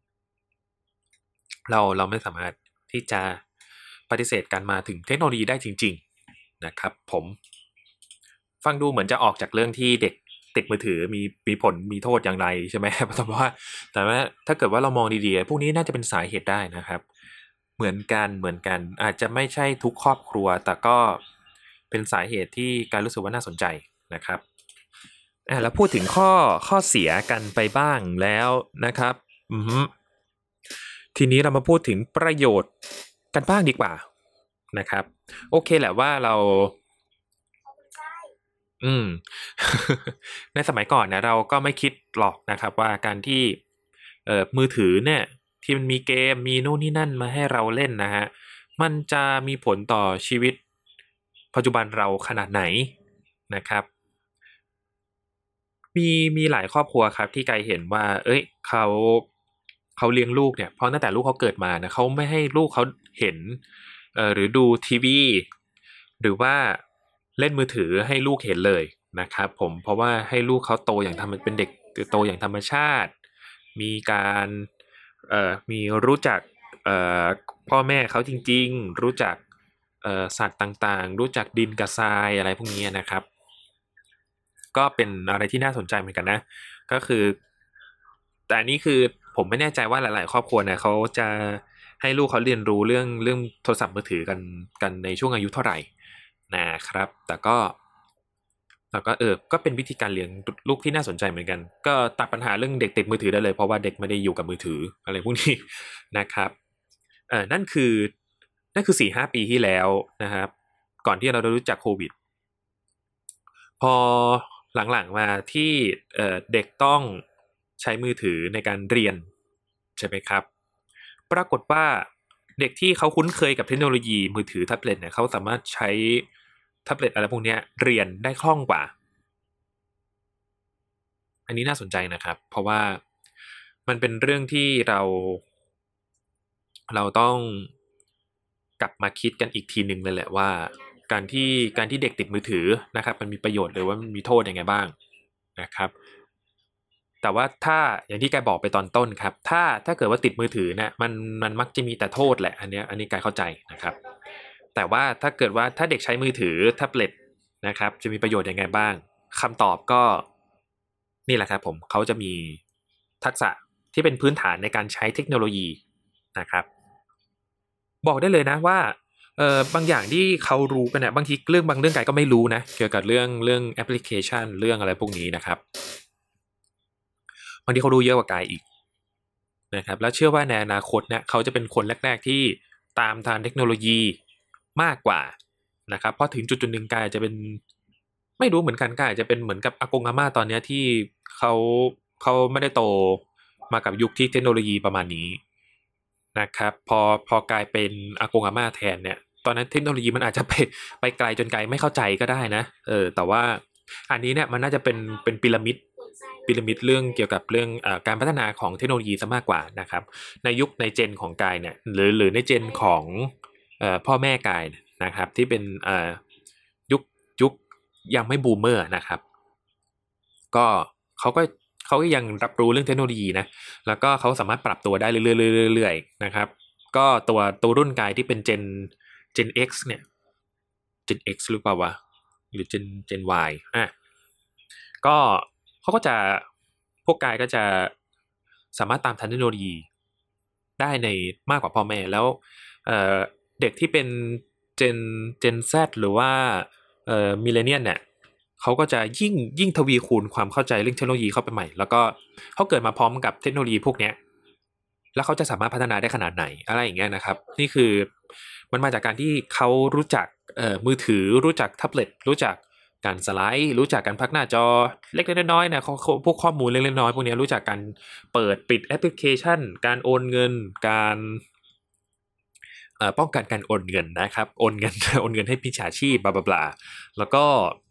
เราเราไม่สามารถที่จะปฏิเสธการมาถึงเทคโนโลยีได้จริงๆนะครับผมฟังดูเหมือนจะออกจากเรื่องที่เด็กติดมือถือมีมีผลมีโทษอย่างไรใช่ไหม แต่ว่าแต่ว่าถ้าเกิดว่าเรามองดีๆพวกนี้น่าจะเป็นสาเหตุได้นะครับเหมือนกันเหมือนกันอาจจะไม่ใช่ทุกครอบครัวแต่ก็เป็นสาเหตุที่การรู้สึกว่าน่าสนใจนะครับ อ่ะแล้วพูดถึงข้อข้อเสียกันไปบ้างแล้วนะครับอือฮึทีนี้เรามาพูดถึงประโยชน์กันบ้างดีกว่านะครับโอเคแหละว่าเราอืม ในสมัยก่อนนะเราก็ไม่คิดหรอกนะครับว่าการที่เอ่อมือถือเนี่ยที่มันมีเกมมีนู่นนี่นั่นมาให้เราเล่นนะฮะมันจะมีผลต่อชีวิตปัจจุบันเราขนาดไหนนะครับ มีมีหลายครอบครัวครับที่ไกลเห็นว่า เอ้ยเขาเขาเลี้ยงลูกเนี่ยเพราะตั้งแต่ลูกเขาเกิดมานะเขาไม่ให้ลูกเขาเห็นเอ่อหรือดูทีวีหรือว่าเล่นมือถือให้ลูกเห็นเลยนะครับผมเพราะว่าให้ลูกเขาโตอย่างทำเป็นเด็กโตอย่างธรรมชาติมีการเอ่อมีรู้จักเอ่อพ่อแม่เขาจริงๆรู้จักเอ่อสัตว์ต่างๆรู้จักดินกับทรายอะไรพวกนี้นะครับก็เป็นอะไรที่น่าสนใจเหมือนกันนะก็คือแต่อันนี้คือผมไม่แน่ใจว่าหลายๆครอบครัวเนี่ยเขาจะให้ลูกเขาเรียนรู้เรื่องเรื่องโทรศัพท์มือถือกันกันในช่วงอายุเท่าไหร่นะครับแต่ก็แต่ก็เออก็เป็นวิธีการเลี้ยงลูกที่น่าสนใจเหมือนกันก็ตัดปัญหาเรื่องเด็กติดมือถือได้เลยเพราะว่าเด็กไม่ได้อยู่กับมือถืออะไรพวกนี้นะครับเออนั่นคือนั่นคือสี่ห้าปีที่แล้วนะครับก่อนที่เราจะรู้จักโควิดพอหลังๆมาที่เอ่อเด็กต้องใช้มือถือในการเรียนใช่ไหมครับปรากฏว่าเด็กที่เขาคุ้นเคยกับเทคโนโลยีมือถือแท็บเล็ตเนี่ยเขาสามารถใช้แท็บเล็ตอะไรพวกนี้เรียนได้คล่องกว่าอันนี้น่าสนใจนะครับเพราะว่ามันเป็นเรื่องที่เราเราต้องกลับมาคิดกันอีกทีหนึ่งเลยแหละว่าการที่การที่เด็กติดมือถือนะครับมันมีประโยชน์หรือว่ามันมีโทษยังไงบ้างนะครับแต่ว่าถ้าอย่างที่กายบอกไปตอนต้นครับถ้าถ้าเกิดว่าติดมือถือเนี่ยมันมันมักจะมีแต่โทษแหละอันนี้อันนี้กายเข้าใจนะครับแต่ว่าถ้าเกิดว่าถ้าเด็กใช้มือถือแท็บเล็ตนะครับจะมีประโยชน์ยังไงบ้างคำตอบก็นี่แหละครับผมเขาจะมีทักษะที่เป็นพื้นฐานในการใช้เทคโนโลยีนะครับบอกได้เลยนะว่าเอ่อบางอย่างที่เขารู้กันเนี่ยบางทีเรื่องบางเรื่องกายก็ไม่รู้นะเกี่ยวกับเรื่องเรื่องแอปพลิเคชันเรื่องอะไรพวกนี้นะครับบางทีเขารู้เยอะกว่ากายอีกนะครับแล้วเชื่อว่าในอนาคตเนี่ยเขาจะเป็นคนแรกๆที่ตามทางเทคโนโลยีมากกว่านะครับเพราะถึงจุดจุดหนึ่งกายจะเป็นไม่รู้เหมือนกันกายอาจจะเป็นเหมือนกับอากงอาม่าตอนนี้ที่เขาเขาไม่ได้โตมากับยุคที่เทคโนโลยีประมาณนี้นะครับพอพอกลายเป็นอากงอาม่าแทนเนี่ยตอนนั้นเทคโนโลยีมันอาจจะไปไปไกลจนไกลไม่เข้าใจก็ได้นะเออแต่ว่าอันนี้เนี่ยมันน่าจะเป็นเป็นพีระมิดพีระมิดเรื่องเกี่ยวกับเรื่องอการพัฒนาของเทคโนโลยีซะมากกว่านะครับในยุคในเจนของกายเนี่ยหรือหรือในเจนของเอ่อพ่อแม่กายนะครับที่เป็นเอ่อยุคยุคยังไม่บูมเมอร์นะครับก็เขาก็เขาก็ยังรับรู้เรื่องเทคโนโลยีนะแล้วก็เขาสามารถปรับตัวได้เรื่อยๆๆๆนะครับก็ตัวตัวรุ่นกายที่เป็น Gen Gen X เนี่ย Gen X หรือเปล่าวะหรือ Gen Gen Y อ่ะก็เขาก็จะพวกกายก็จะสามารถตามทันเทคโนโลยีได้ในมากกว่าพ่อแม่แล้วเอ่อเด็กที่เป็น Gen Gen Z หรือว่าเอ่อมิเลเนียลเนี่ยเขาก็จะยิ่งยิ่งทวีคูณความเข้าใจเรื่องเทคโนโลยีเข้าไปใหม่แล้วก็เขาเกิดมาพร้อมกับเทคโนโลยีพวกเนี้ยแล้วเขาจะสามารถพัฒนาได้ขนาดไหนอะไรอย่างเงี้ยนะครับนี่คือมันมาจากการที่เขารู้จักเอ่อมือถือรู้จักแท็บเล็ตรู้จักการสไลด์รู้จักการพักหน้าจอเล็กๆน้อยๆนะพวกข้อมูลเล็กๆน้อยๆพวกนี้รู้จักการเปิดปิดแอปพลิเคชันการโอนเงินการป้องกันการโอนเงินนะครับโอนเงิน โอนเงินให้มิจฉาชีพบลาบลาแล้วก็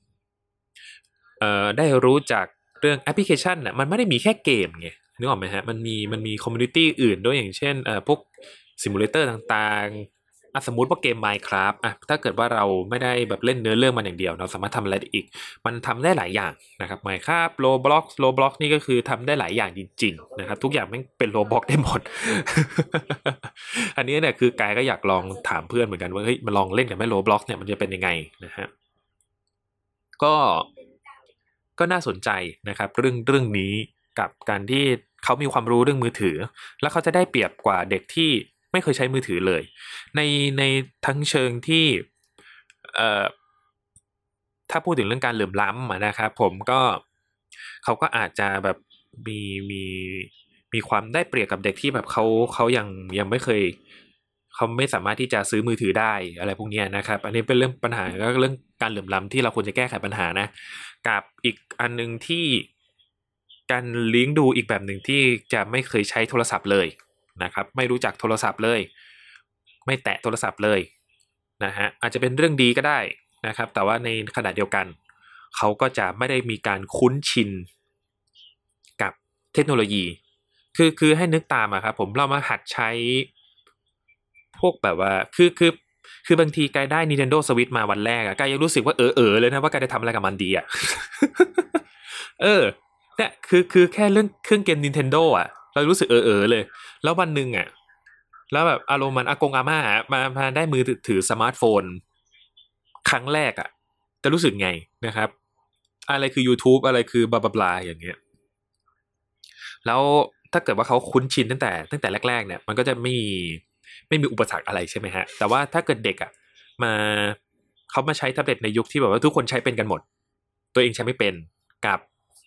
ได้รู้จักเรื่องแอปพลิเคชันน่ะมันไม่ได้มีแค่เกมไงนึกออกไหมฮะมันมีมันมีคอมมูนิตี้อื่นด้วยอย่างเช่นพวกซิมูเลเตอร์ต่างๆอ่ะสมมุติว่าเกม Minecraft อ่ะถ้าเกิดว่าเราไม่ได้แบบเล่นเนื้อเรื่องมันอย่างเดียวเราสามารถทำอะไรได้อีกมันทำได้หลายอย่างนะครับ Minecraft Roblox Roblox นี่ก็คือทำได้หลายอย่างจริงๆนะครับทุกอย่างมันเป็น Roblox ได้หมด อันนี้เนี่ยคือกายก็อยากลองถามเพื่อนเหมือนกันว่าเฮ้ยมาลองเล่นกับแม่ Roblox เนี่ยมันจะเป็นยังไงนะฮะก็ก็น่าสนใจนะครับเรื่องเรื่องนี้กับการที่เขามีความรู้เรื่องมือถือแล้วเขาจะได้เปรียบกว่าเด็กที่ไม่เคยใช้มือถือเลยในในทั้งเชิงที่เอ่อถ้าพูดถึงเรื่องการเหลื่อมล้ำนะครับผมก็เขาก็อาจจะแบบมีมีมีความได้เปรียบกับเด็กที่แบบเขาเขายังยังไม่เคยเขาไม่สามารถที่จะซื้อมือถือได้อะไรพวกนี้นะครับอันนี้เป็นเรื่องปัญหาก็เรื่องการเหลื่อมล้ำที่เราควรจะแก้ไขปัญหานะกับอีกอันนึงที่การเลี้ยงดูอีกแบบหนึ่งที่จะไม่เคยใช้โทรศัพท์เลยนะครับไม่รู้จักโทรศัพท์เลยไม่แตะโทรศัพท์เลยนะฮะอาจจะเป็นเรื่องดีก็ได้นะครับแต่ว่าในขณะเดียวกันเขาก็จะไม่ได้มีการคุ้นชินกับเทคโนโลยีคือคือให้นึกตามอะครับผมเรามาหัดใช้พวกแบบว่าคือคือคือบางทีกายได้ Nintendo Switch มาวันแรกอะกายยังรู้สึกว่าเออๆเลยนะว่ากายจะทำอะไรกับมันดีอะ เออเนี่ยคือคือแค่เรื่องเครื่องเกม Nintendo อ่ะเรารู้สึกเออๆเลยแล้ววันหนึ่งอ่ะแล้วแบบอารมณ์มันอากงอาม่าอะมามาได้มือถือถือสมาร์ทโฟนครั้งแรกอ่ะจะรู้สึกไงนะครับอะไรคือ YouTube อะไรคือบลาบลาบลาอย่างเงี้ยแล้วถ้าเกิดว่าเขาคุ้นชินตั้งแต่ตั้งแต่แรกๆเนี่ยมันก็จะไม่มีไม่มีอุปสรรคอะไรใช่ไหมฮะแต่ว่าถ้าเกิดเด็กอ่ะมาเขามาใช้แท็บเล็ตในยุคที่แบบว่าทุกคนใช้เป็นกันหมดตัวเองใช้ไม่เป็นกับ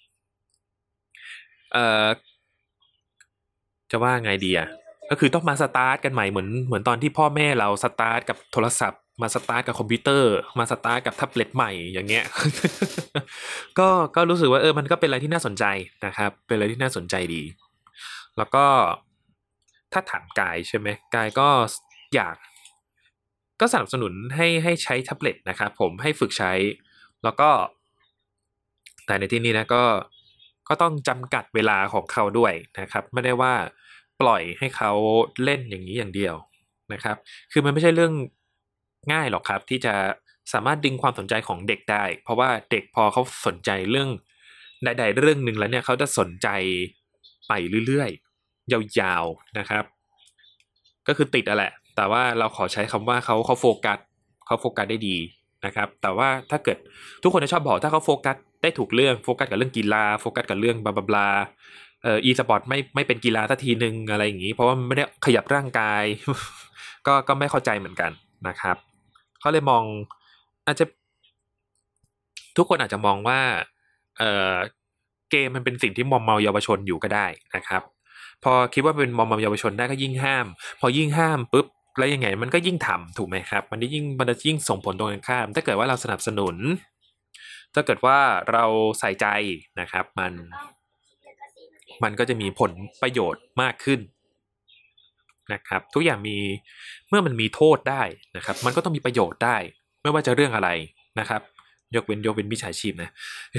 เอ่อ จะว่าไงดีอ่ะก็คือต้องมาสตาร์ทกันใหม่เหมือนเหมือนตอนที่พ่อแม่เราสตาร์ทกับโทรศัพท์มาสตาร์ทกับคอมพิวเตอร์มาสตาร์ทกับแท็บเล็ตใหม่อย่างเงี้ย ก็ก็รู้สึกว่าเออมันก็เป็นอะไรที่น่าสนใจนะครับเป็นอะไรที่น่าสนใจดีแล้วก็ถ้าถามกายใช่ไหมกายก็อยากก็สนับสนุนให้ให้ใช้แท็บเล็ตนะครับผมให้ฝึกใช้แล้วก็แต่ในที่นี้นะก็ก็ต้องจำกัดเวลาของเขาด้วยนะครับไม่ได้ว่าปล่อยให้เขาเล่นอย่างนี้อย่างเดียวนะครับคือมันไม่ใช่เรื่องง่ายหรอกครับที่จะสามารถดึงความสนใจของเด็กได้เพราะว่าเด็กพอเขาสนใจเรื่องใดๆเรื่องหนึ่งแล้วเนี่ยเขาจะสนใจไปเรื่อยๆยาวๆนะครับก็คือติดอะแหละแต่ว่าเราขอใช้คำว่าเขาเขาโฟกัสเขาโฟกัสได้ดีนะครับแต่ว่าถ้าเกิดทุกคนจะชอบบอกถ้าเขาโฟกัสได้ถูกเรื่องโฟกัสกับเรื่องกีฬาโฟกัสกับเรื่องบลาบลาบลาเอ่ออีสปอร์ตไม่ไม่เป็นกีฬาสักทีนึงอะไรอย่างนี้เพราะว่ามันไม่ได้ขยับร่างกาย ก็ก็ไม่เข้าใจเหมือนกันนะครับเขาเลยมองอาจจะทุกคนอาจจะมองว่าเอ่อเกมมันเป็นสิ่งที่มอมเมาเยาวชนอยู่ก็ได้นะครับพอคิดว่าเป็นมอมเมาเยาวชนได้ก็ยิ่งห้ามพอยิ่งห้ามปุ๊บแล้วยังไงมันก็ยิ่งทำถูกไหมครับมันจะยิ่งมันจะยิ่งส่งผลตรงกันข้ามถ้าเกิดว่าเราสนับสนุนถ้าเกิดว่าเราใส่ใจนะครับมันมันก็จะมีผลประโยชน์มากขึ้นนะครับทุกอย่างมีเมื่อมันมีโทษได้นะครับมันก็ต้องมีประโยชน์ได้ไม่ว่าจะเรื่องอะไรนะครับยกเว้นยกเว้นมิจฉาชีพนะ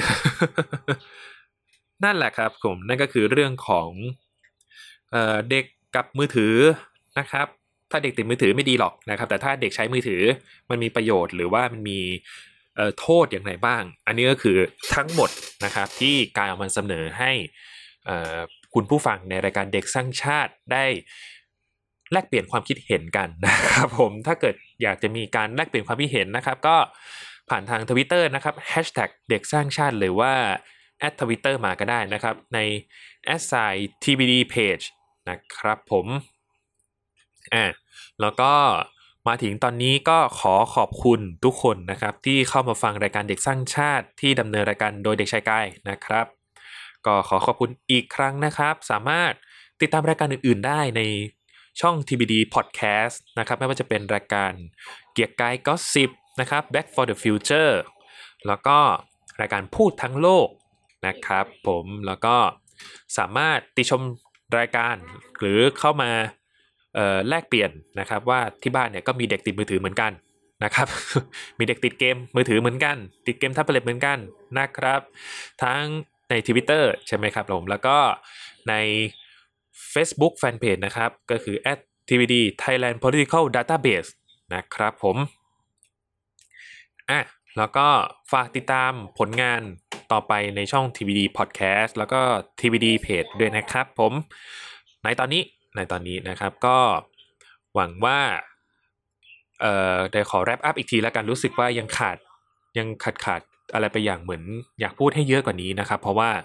นั่นแหละครับผมนั่นก็คือเรื่องของเอ่อเด็กกับมือถือนะครับถ้าเด็กติดมือถือไม่ดีหรอกนะครับแต่ถ้าเด็กใช้มือถือมันมีประโยชน์หรือว่ามันมีเอ่อโทษอย่างไรบ้างอันนี้ก็คือทั้งหมดนะครับที่กายเอามาเสนอให้เอ่อคุณผู้ฟังในรายการเด็กสร้างชาติได้แลกเปลี่ยนความคิดเห็นกันนะครับผมถ้าเกิดอยากจะมีการแลกเปลี่ยนความคิดเห็นนะครับก็ผ่านทาง Twitter นะครับ แฮชแท็ก เด็กสร้างชาติหรือว่าแอด Twitter มาก็ได้นะครับใน แอท ไซน์ ที บี ดี Page นะครับผมอ่าแล้วก็มาถึงตอนนี้ก็ขอขอบคุณทุกคนนะครับที่เข้ามาฟังรายการเด็กสร้างชาติที่ดำเนินรายการโดยเด็กชายกายนะครับก็ขอขอบคุณอีกครั้งนะครับสามารถติดตามรายการอื่นๆได้ในช่อง ที บี ดี Podcast นะครับไม่ว่าจะเป็นรายการเกียร์กายก็สิบนะครับ Back for the Future แล้วก็รายการพูดทั้งโลกนะครับผมแล้วก็สามารถติชมรายการหรือเข้ามาเอ่อแลกเปลี่ยนนะครับว่าที่บ้านเนี่ยก็มีเด็กติดมือถือเหมือนกันนะครับ มีเด็กติดเกมมือถือเหมือนกันติดเกมแท็บเล็ตเหมือนกันนะครับทั้งใน Twitter ใช่ไหมครับผมแล้วก็ใน Facebook Fanpage นะครับก็คือ แอท ที บี ดี Thailand Political Database นะครับผมอ่ะแล้วก็ฝากติดตามผลงานต่อไปในช่อง ที บี ดี Podcast แล้วก็ ที บี ดี Page ด้วยนะครับผมในตอนนี้ในตอนนี้นะครับก็หวังว่าเอ่อเดี๋ยวขอแรปอัพอีกทีแล้วกันรู้สึกว่ายังขาดยังขาดขาดอะไรไปอย่างเหมือนอยากพูดให้เยอะกว่านี้นะครับเพราะว่า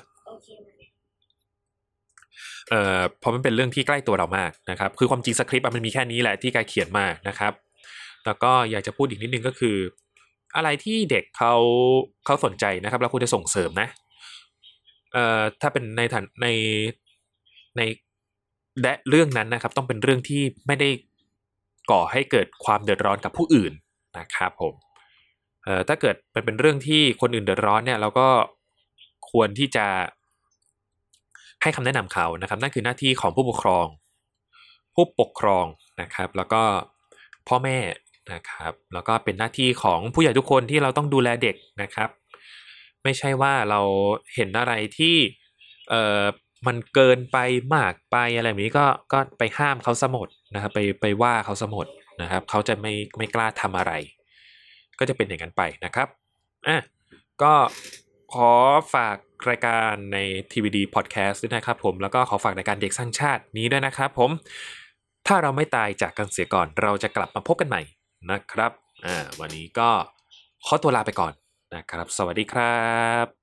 เอ่อเพราะมันเป็นเรื่องที่ใกล้ตัวเรามากนะครับคือความจริงสคริปต์มันมีแค่นี้แหละที่กายเขียนมานะครับแล้วก็อยากจะพูดอีกนิดนึงก็คืออะไรที่เด็กเขาเขาสนใจนะครับเราควรจะส่งเสริมนะเอ่อถ้าเป็นในฐานในในและเรื่องนั้นนะครับต้องเป็นเรื่องที่ไม่ได้ก่อให้เกิดความเดือดร้อนกับผู้อื่นนะครับผมเอ่อถ้าเกิดมันเป็นเรื่องที่คนอื่นเดือดร้อนเนี่ยเราก็ควรที่จะให้คำแนะนำเขานะครับนั่นคือหน้าที่ของผู้ปกครองผู้ปกครองนะครับแล้วก็พ่อแม่นะครับแล้วก็เป็นหน้าที่ของผู้ใหญ่ทุกคนที่เราต้องดูแลเด็กนะครับไม่ใช่ว่าเราเห็นอะไรที่เอ่อมันเกินไปมากไปอะไรแบบนี้ก็ก็ไปห้ามเขาซะหมดนะครับไปไปว่าเขาซะหมดนะครับเขาจะไม่ไม่กล้าทำอะไรก็จะเป็นอย่างนั้นไปนะครับอ่ะก็ขอฝากรายการใน ที วี ดี Podcast ด้วยนะครับผมแล้วก็ขอฝากรายการเด็กสร้างชาตินี้ด้วยนะครับผมถ้าเราไม่ตายจากกันเสียก่อนเราจะกลับมาพบกันใหม่นะครับอ่าวันนี้ก็ขอตัวลาไปก่อนนะครับสวัสดีครับ